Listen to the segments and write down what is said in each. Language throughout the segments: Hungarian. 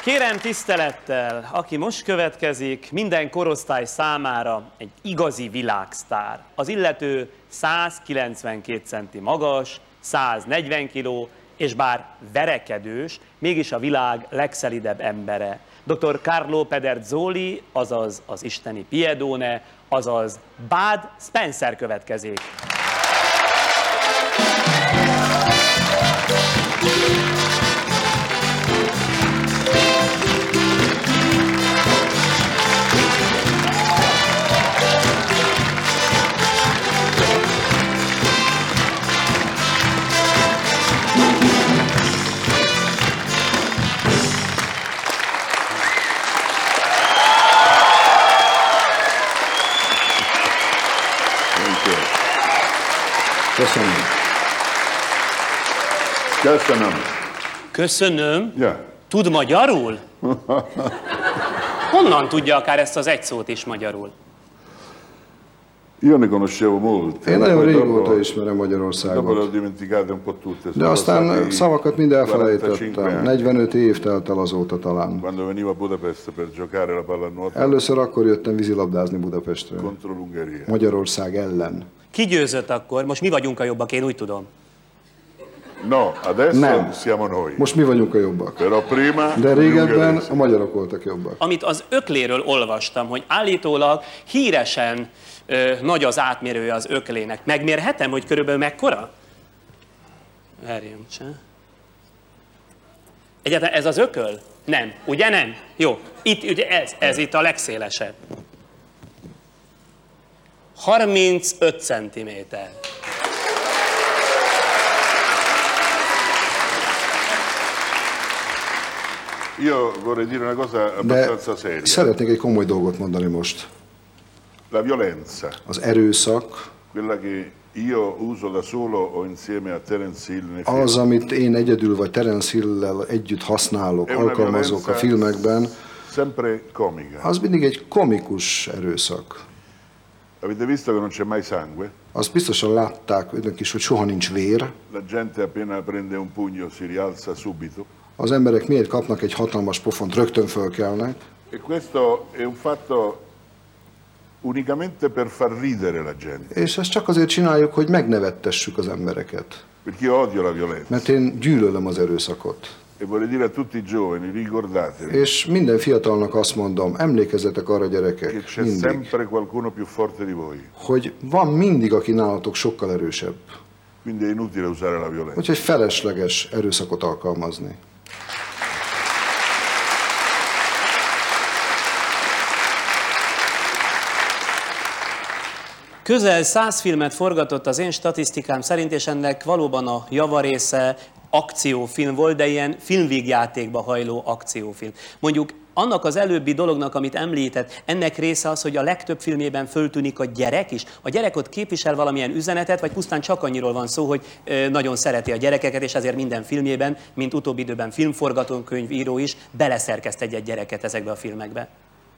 Kérem tisztelettel, aki most következik, minden korosztály számára egy igazi világsztár. Az illető 192 centi magas, 140 kg, és bár verekedős, mégis a világ legszelidebb embere. Dr. Carlo Pederzoli, azaz az isteni Piedone, azaz Bud Spencer következik. Köszönöm. Köszönöm. Köszönöm? Yeah. Tud magyarul? Honnan tudja akár ezt az egy szót is magyarul? Io ne conoscevo molte. Én nagyon régóta ismerem Dopo le ho Magyarországot. dimenticate un po' tutte. De aztán szavakat mind 45 elfelejtettem. anni. 45 év telt el azóta talán. Quando venivo a Budapest per giocare la pallanuoto Először akkor jöttem vízilabdázni Budapestre. contro l'Ungheria. Magyarország ellen. Ki győzött akkor? Most mi vagyunk a jobbak, én úgy tudom. No, adesso Nem. siamo noi. Most mi vagyunk a jobbak. Però prima De gli régebben ungheresi. a magyarok voltak jobbak. Amit az ökléről olvastam, hogy állítólag híresen nagy az átmérője az öklének. Megmérhetem, hogy körülbelül mekkora? Várjunk csak. Egyáltalán ez az ököl? Nem. Ugye nem? Jó. Itt, ugye ez itt a legszélesebb. 35 centiméter. Io vorrei dire una cosa De abbastanza seria. szeretnék egy komoly dolgot mondani most. La violenza, Az erőszak, quella che io uso da solo o insieme a Terence Hill nei film, az, amit én egyedül vagy Terence Hill-lel együtt használok, è una alkalmazok a filmekben, sempre comica. az mindig egy komikus erőszak. Avete visto che non c'è mai sangue? Azt biztosan látták önök is, hogy soha nincs vér. La gente appena prende un pugno si rialza subito. Az emberek miért kapnak egy hatalmas pofont, rögtön fölkelnek. E questo è un fatto unicamente per far ridere la gente. És ezt csak azért csináljuk, hogy megnevettessük az embereket. Perché io odio la violenza. Mert én gyűlölöm az erőszakot. E vorrei dire a tutti i giovani, ricordatevi És minden fiatalnak azt mondom, emlékezzetek arra che gyerekek, c'è mindig, sempre qualcuno più forte di voi. hogy van mindig, aki nálatok sokkal erősebb. Quindi è inutile usare la violenza. Úgyhogy felesleges erőszakot alkalmazni. Közel 100 filmet forgatott az én statisztikám szerint, és ennek valóban a javarésze akciófilm volt, de ilyen filmvígjátékba hajló akciófilm. Mondjuk annak az előbbi dolognak, amit említett, ennek része az, hogy a legtöbb filmében föltűnik a gyerek is. A gyerek ott képvisel valamilyen üzenetet, vagy pusztán csak annyiról van szó, hogy nagyon szereti a gyerekeket, és ezért minden filmjében, mint utóbbi időben filmforgatókönyvíró is, beleszerkeszt egy gyereket ezekbe a filmekbe.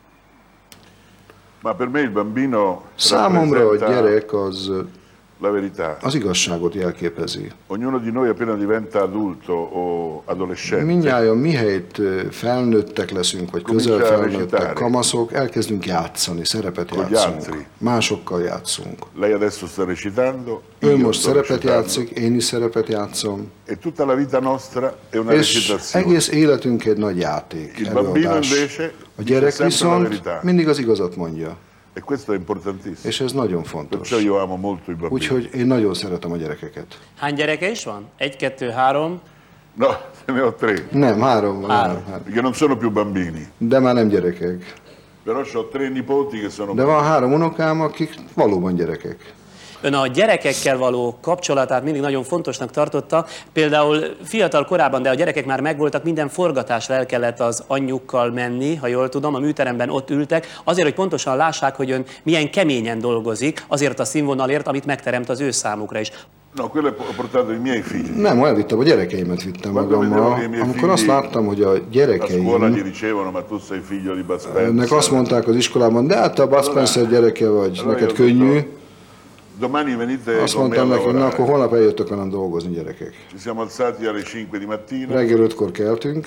Ma per me il bambino Számomra a rappresenta gyerek az la verità. az igazságot jelképezi. Ognuno di noi appena diventa adulto o adolescente Mindnyájan mihelyt felnőttek leszünk, vagy közel felnőttek, kamaszok, elkezdünk játszani, szerepet Con gli játszunk. altri. Másokkal játszunk. lei adesso sta recitando, Ő io most sto szerepet recitando, játszik, én is szerepet játszom. e tutta la vita nostra è una És recitazione. egész életünk egy nagy játék, Il bambino előadás. invece A dice gyerek sempre la viszont verità. mindig az igazat mondja, E questo è importantissimo. és ez nagyon fontos. Perciò io amo molto i bambini. Úgyhogy én nagyon szeretem a gyerekeket. Hány gyereke is van? 1, 2, 3. No, ne ho 3, Nem, három van, Három. három. perché non sono più bambini. De már nem gyerekek. Però ho 3 nipoti che sono De van 3 unokám, akik valóban gyerekek. Ön a gyerekekkel való kapcsolatát mindig nagyon fontosnak tartotta. Például fiatal korában, de a gyerekek már megvoltak, minden forgatásra el kellett az anyjukkal menni, ha jól tudom, a műteremben ott ültek, azért, hogy pontosan lássák, hogy ön milyen keményen dolgozik, azért a színvonalért, amit megteremt az ő számukra is. No, quello ho portato i miei figli. Nem, elvittem, a gyerekeimet vittem magammal. Amikor azt láttam, hogy a A scuola gli gyerekeim dicevano, ma tu sei figlio di Bud Spencer. ennek azt mondták az iskolában, de hát te a Bud Spencer gyereke vagy, neked könnyű. Domani venite Azt con me a mondtam neki, na lavorare. akkor holnap eljöttök velem dolgozni, gyerekek. Ci siamo alzati alle 5 di mattina Reggel 5-kor keltünk,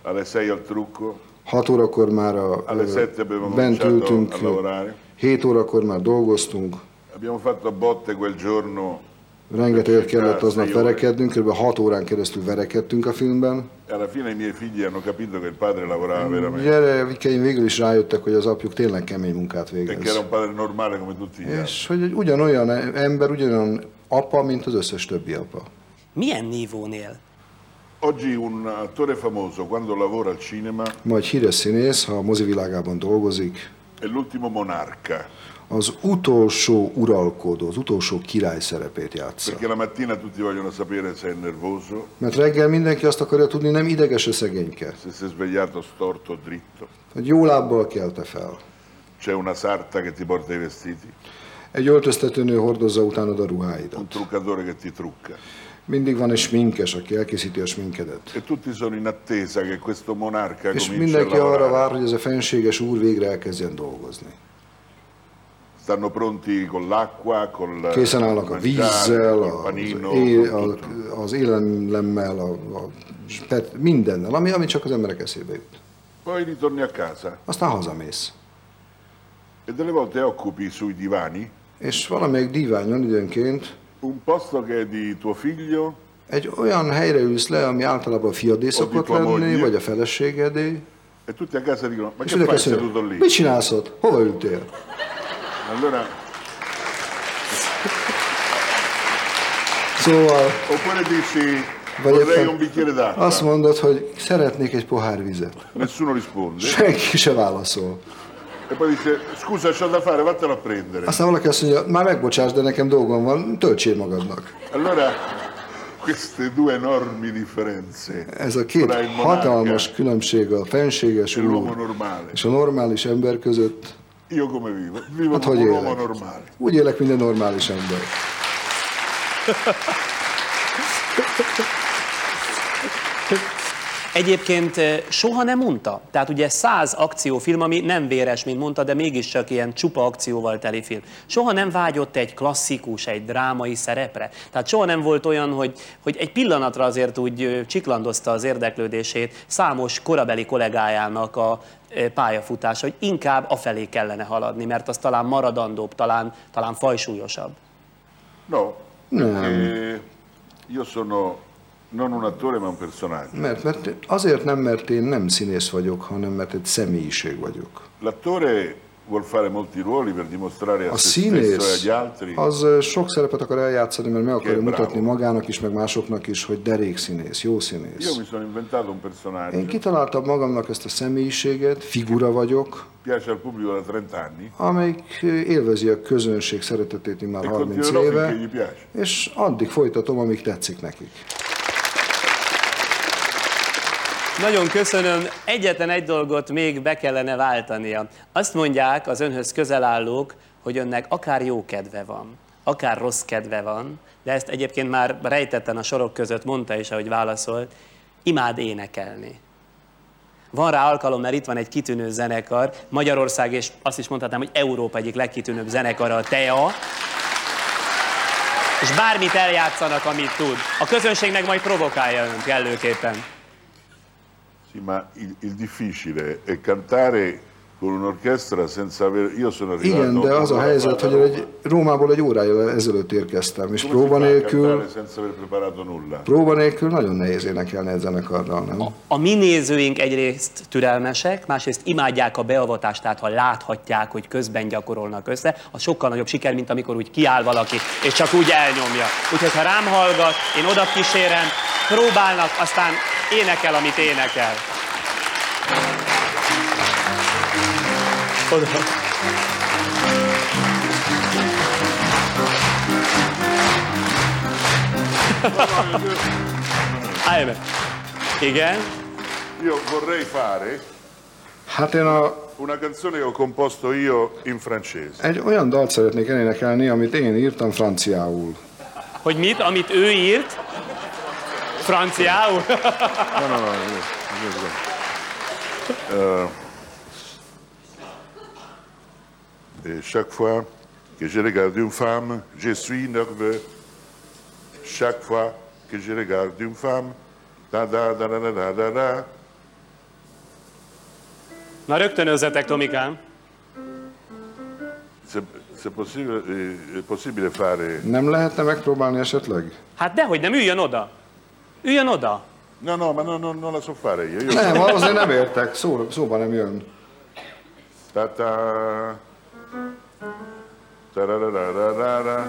Alle 6 al trucco. 6 órakor már bent ültünk, 7 órakor már dolgoztunk. Abbiamo fatto a botte quel giorno. Rengeteget kellett aznap verekednünk, kb. 6 órán keresztül verekedtünk a filmben. Alla fine i miei figli hanno capito che il padre lavorava veramente. Gyerekeim végül is rájöttek, hogy az apjuk tényleg kemény munkát végez. E che era un padre normale come tutti gli altri. És hogy egy ugyanolyan ember, ugyanolyan apa, mint az összes többi apa. Milyen nívón él? Oggi un attore famoso quando lavora al cinema Ma egy híres színész, ha a mozivilágában dolgozik, è l'ultimo monarca. Az utolsó uralkodó, az utolsó király szerepét játsza. Perché la mattina tutti vogliono sapere se è nervoso. Mert reggel mindenki azt akarja tudni, nem ideges-e szegényke. Se si è svegliato storto o dritto. Hogy jó lábbal kelte fel. C'è una sarta che ti porta i vestiti. Egy öltöztetőnő hordozza utánad a ruháidat. Un truccatore che ti trucca. Mindig van egy sminkes, aki elkészíti a sminkedet. E tutti sono in attesa che questo monarca És cominci a mindenki arra lavorare. vár, hogy ez a fenséges úr végre elkezdjen dolgozni. Stanno pronti con l'acqua, col Készen állnak a vízzel, col panino, az élelemmel, mindennel, ami csak az emberek eszébe jut. Poi ritorni a casa Aztán hazamész. e delle volte occupi sui divani És valamelyik díványon időnként un posto che è di tuo figlio egy olyan helyre ülsz le, ami általában a fiadé szokott lenni, vagy a feleségedé. e tutti a casa dicono ma És che mindenki fai azt seduto mondja, lì? mit csinálsz ott? Hova ültél? Allora, Szóval, oppure dici vagy vorrei éppen un bicchiere d'acqua. azt mondod, hogy szeretnék egy pohár vizet. Nessuno risponde. Senki se válaszol. E poi dice scusa c'ho da fare, vattene a prendere. Aztán valaki azt mondja, már megbocsáss, de nekem dolgom van, töltsél magadnak. Allora, queste due enormi differenze Ez a két tra il hatalmas monarca különbség a fenséges e l'uomo úr normale. és a normális ember között. Io come vivo? Vivo Hát come hogy un uomo élek? normale. Úgy élek, mint egy normális ember. Egyébként soha nem unta. Tehát ugye 100 akciófilm, ami nem véres, mint mondta, de mégiscsak ilyen csupa akcióval teli film. Soha nem vágyott egy klasszikus, egy drámai szerepre. Tehát soha nem volt olyan, hogy egy pillanatra azért úgy csiklandozta az érdeklődését számos korabeli kollégájának a pályafutása, hogy inkább afelé kellene haladni, mert az talán maradandóbb, talán fajsúlyosabb. No, perché io sono non un attore ma un personaggio. Mert azért nem, mert én nem színész vagyok, hanem mert egy személyiség vagyok. L'attore vuol fare molti ruoli per dimostrare a A se stesso e színész agli altri. az sok szerepet akar eljátszani, mert meg akarja Che mutatni bravo. magának is, meg másoknak is, hogy derék színész, jó Io színész. mi sono inventato un Én personaggio, kitaláltam magamnak ezt a személyiséget, figura vagyok, piace al pubblico da 30 anni amelyik élvezi a közönség szeretetét már e 30 continuerò finché éve, gli piace. és addig folytatom, amíg tetszik nekik. Nagyon köszönöm. Egyetlen egy dolgot még be kellene váltania. Azt mondják az önhöz közel állók, hogy önnek akár jó kedve van, akár rossz kedve van, de ezt egyébként már rejtetten a sorok között mondta is, ahogy válaszolt, imád énekelni. Van rá alkalom, mert itt van egy kitűnő zenekar, Magyarország, és azt is mondhatnám, hogy Európa egyik legkitűnőbb zenekara, a TEA, és bármit eljátszanak, amit tud. A közönség meg majd provokálja önt kellőképpen. Sì, ma il difficile è cantare con un'orchestra senza avere... Io sono arrivato... Igen, de az a helyzet, hogy Rómából egy órája ezelőtt érkeztem, és próba nélkül senza aver preparato nulla. nagyon nehéz énekelni egy zenekarral, nem? A mi nézőink egyrészt türelmesek, másrészt imádják a beavatást, tehát ha láthatják, hogy közben gyakorolnak össze, az sokkal nagyobb siker, mint amikor úgy kiáll valaki, és csak úgy elnyomja. Úgyhogy ha rám hallgat, én oda kísérem, próbálnak, aztán énekel, amit énekel. Oda. Állj meg. Igen? Io vorrei fare Hát én una canzone che ho composto io in francese. egy olyan dalt szeretnék elénekelni, amit én írtam franciául. Hogy mit? Amit ő írt? Franciául? Et chaque fois que je regarde une femme, je suis nerveux. Chaque fois que je regarde une femme, da da da da da da da da. Na rögtönözzetek, Tomikám. È possibile fare... Nem lehetne megpróbálni esetleg? Hát dehogy nem, üljön oda. Üljön oda. No, ma non la so fare io. Nem, azért nem értek, szóba nem jön. Ta-ta. Ta-ra-ra-ra-ra-ra.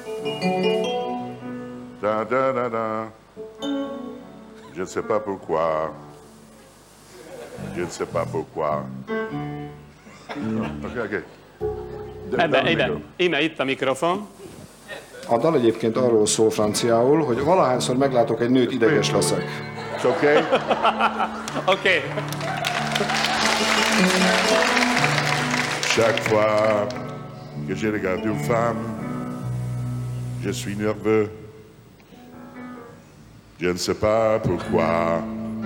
Ta-da-da-da. Je ne sais pas pourquoi. Je ne sais pas pourquoi. Okay. Íme itt a mikrofon. A dal egyébként arról szól franciául, hogy valahányszor meglátok egy nőt, ideges leszek. It's okay? Oké. Chaque fois que je regarde une femme, je suis nerveux. Je ne sais pas pourquoi.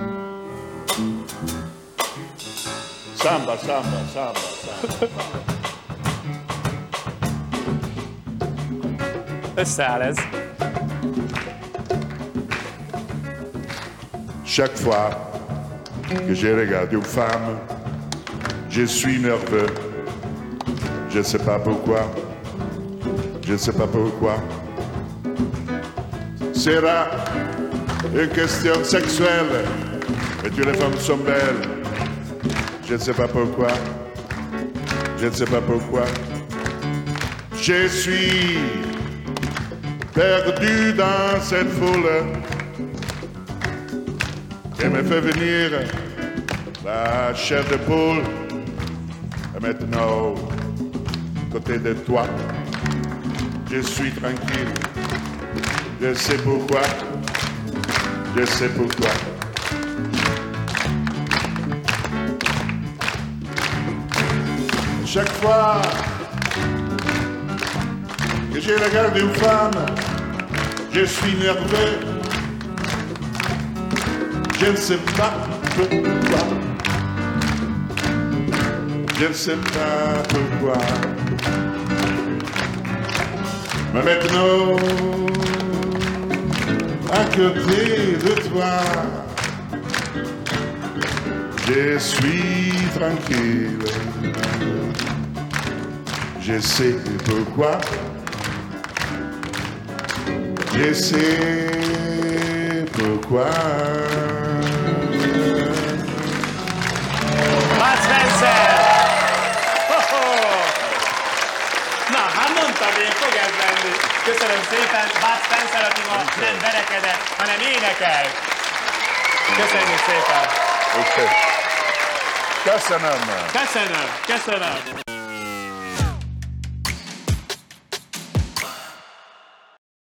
Samba. Összeáll ez. Chaque fois que je regarde une femme, je suis nerveux. Je ne sais pas pourquoi. Je ne sais pas pourquoi. Sera une question sexuelle. Et toutes les femmes sont belles. Je ne sais pas pourquoi. Je ne sais pas pourquoi. Je suis perdu dans cette foule qui me fait venir la chair de poule. Et maintenant, côté de toi, je suis tranquille. Je sais pourquoi. Je sais pourquoi. Chaque fois que je regarde une femme, je suis nerveux. Je ne sais pas pourquoi. Je ne sais pas pourquoi. Mais maintenant, à côté de toi, je suis tranquille. Je sais pourquoi. Je sais pourquoi. Bud Spencer! Na, hát mondtam én, fog ez lenni. Köszönöm szépen, Bud Spencer, aki ma nem verekedett, hanem énekel. Köszönjük szépen! Okay. Köszönöm. Köszönöm.